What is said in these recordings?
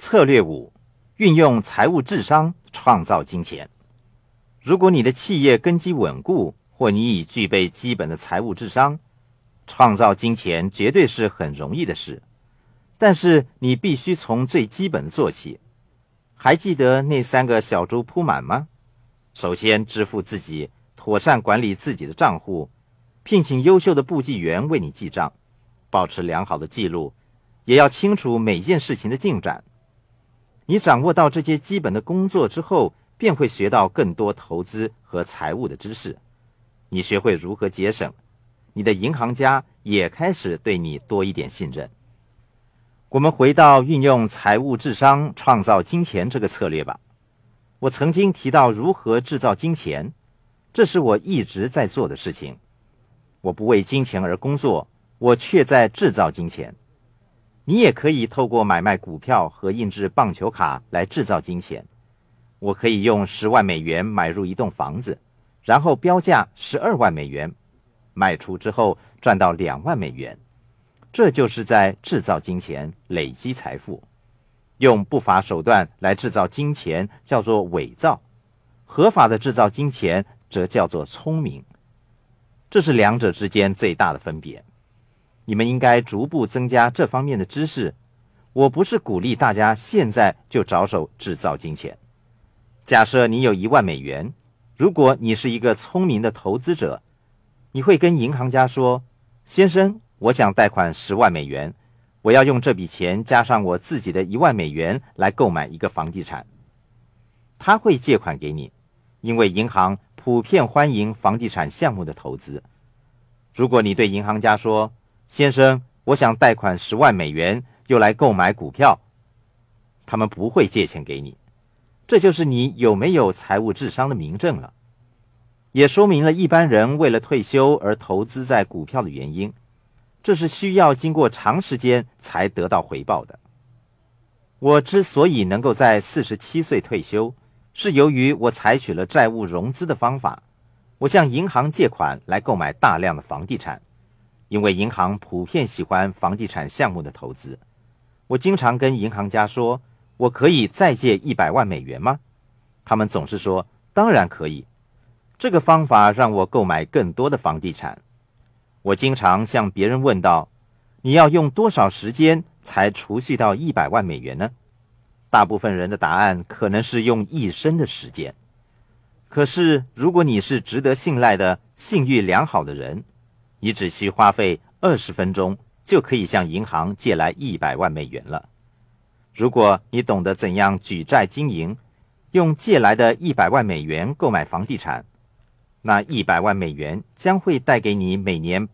策略5，运用财务智商创造金钱。如果你的企业根基稳固，或你已具备基本的财务智商，创造金钱绝对是很容易的事。但是你必须从最基本的做起。还记得那3个小猪铺满吗？首先支付自己，妥善管理自己的账户，聘请优秀的簿记员为你记账，保持良好的记录，也要清楚每件事情的进展。你掌握到这些基本的工作之后，便会学到更多投资和财务的知识。你学会如何节省，你的银行家也开始对你多一点信任。我们回到运用财务智商创造金钱这个策略吧。我曾经提到如何制造金钱，这是我一直在做的事情。我不为金钱而工作，我却在制造金钱。你也可以透过买卖股票和印制棒球卡来制造金钱。我可以用10万美元买入一栋房子，然后标价12万美元，卖出之后赚到2万美元。这就是在制造金钱，累积财富。用不法手段来制造金钱叫做伪造，合法的制造金钱则叫做聪明。这是两者之间最大的分别。你们应该逐步增加这方面的知识。我不是鼓励大家现在就着手制造金钱。假设你有1万美元，如果你是一个聪明的投资者，你会跟银行家说：先生，我想贷款10万美元，我要用这笔钱加上我自己的1万美元来购买一个房地产。他会借款给你，因为银行普遍欢迎房地产项目的投资。如果你对银行家说：先生，我想贷款10万美元，又来购买股票，他们不会借钱给你。这就是你有没有财务智商的明证了，也说明了一般人为了退休而投资在股票的原因。这是需要经过长时间才得到回报的。我之所以能够在47岁退休，是由于我采取了债务融资的方法。我向银行借款来购买大量的房地产，因为银行普遍喜欢房地产项目的投资。我经常跟银行家说：我可以再借100万美元吗？他们总是说：当然可以。这个方法让我购买更多的房地产。我经常向别人问道：你要用多少时间才储蓄到100万美元呢？大部分人的答案可能是用一生的时间。可是如果你是值得信赖的、信誉良好的人，你只需花费20分钟就可以向银行借来100万美元了。如果你懂得怎样举债经营，用借来的100万美元购买房地产，那100万美元将会带给你每年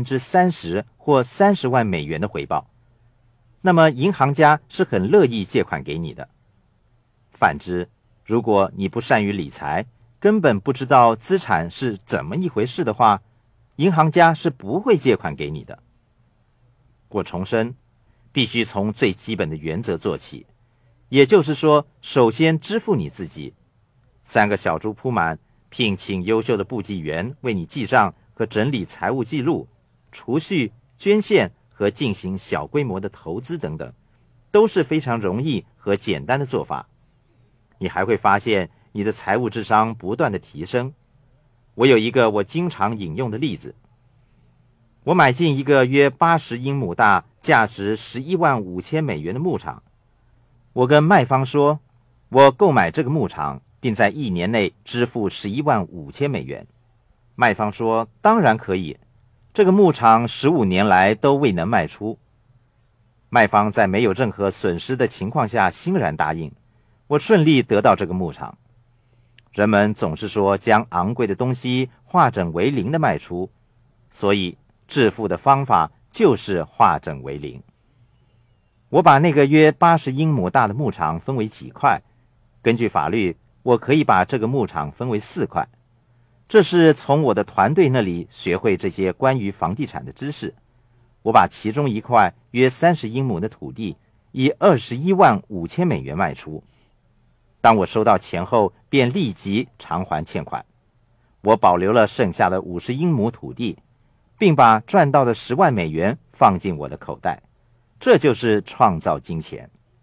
30%或30万美元的回报。那么银行家是很乐意借款给你的。反之，如果你不善于理财，根本不知道资产是怎么一回事的话，银行家是不会借款给你的。我重申，必须从最基本的原则做起，也就是说，首先支付你自己。3个小猪铺满，聘请优秀的簿记员为你记账和整理财务记录，储蓄、捐献和进行小规模的投资等等，都是非常容易和简单的做法。你还会发现你的财务智商不断的提升。我有一个我经常引用的例子。我买进一个约80英亩大、价值11万5千美元的牧场。我跟卖方说，我购买这个牧场，并在1年内支付11万5千美元。卖方说，当然可以，这个牧场15年来都未能卖出。卖方在没有任何损失的情况下欣然答应，我顺利得到这个牧场。人们总是说将昂贵的东西化整为零的卖出，所以致富的方法就是化整为零。我把那个约80英亩大的牧场分为几块，根据法律，我可以把这个牧场分为4块。这是从我的团队那里学会这些关于房地产的知识。我把其中一块约30英亩的土地以21万5千美元卖出。当我收到钱后，便立即偿还欠款。我保留了剩下的50英亩土地，并把赚到的10万美元放进我的口袋。这就是创造金钱。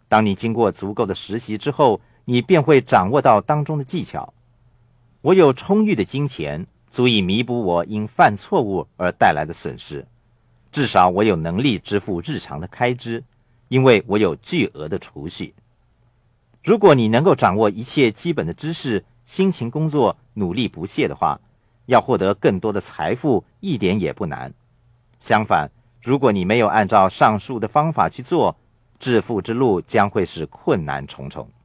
当你经过足够的实习之后，你便会掌握到当中的技巧。我有充裕的金钱，足以弥补我因犯错误而带来的损失。至少我有能力支付日常的开支，因为我有巨额的储蓄。如果你能够掌握一切基本的知识，辛勤工作，努力不懈的话，要获得更多的财富一点也不难。相反，如果你没有按照上述的方法去做，致富之路将会是困难重重。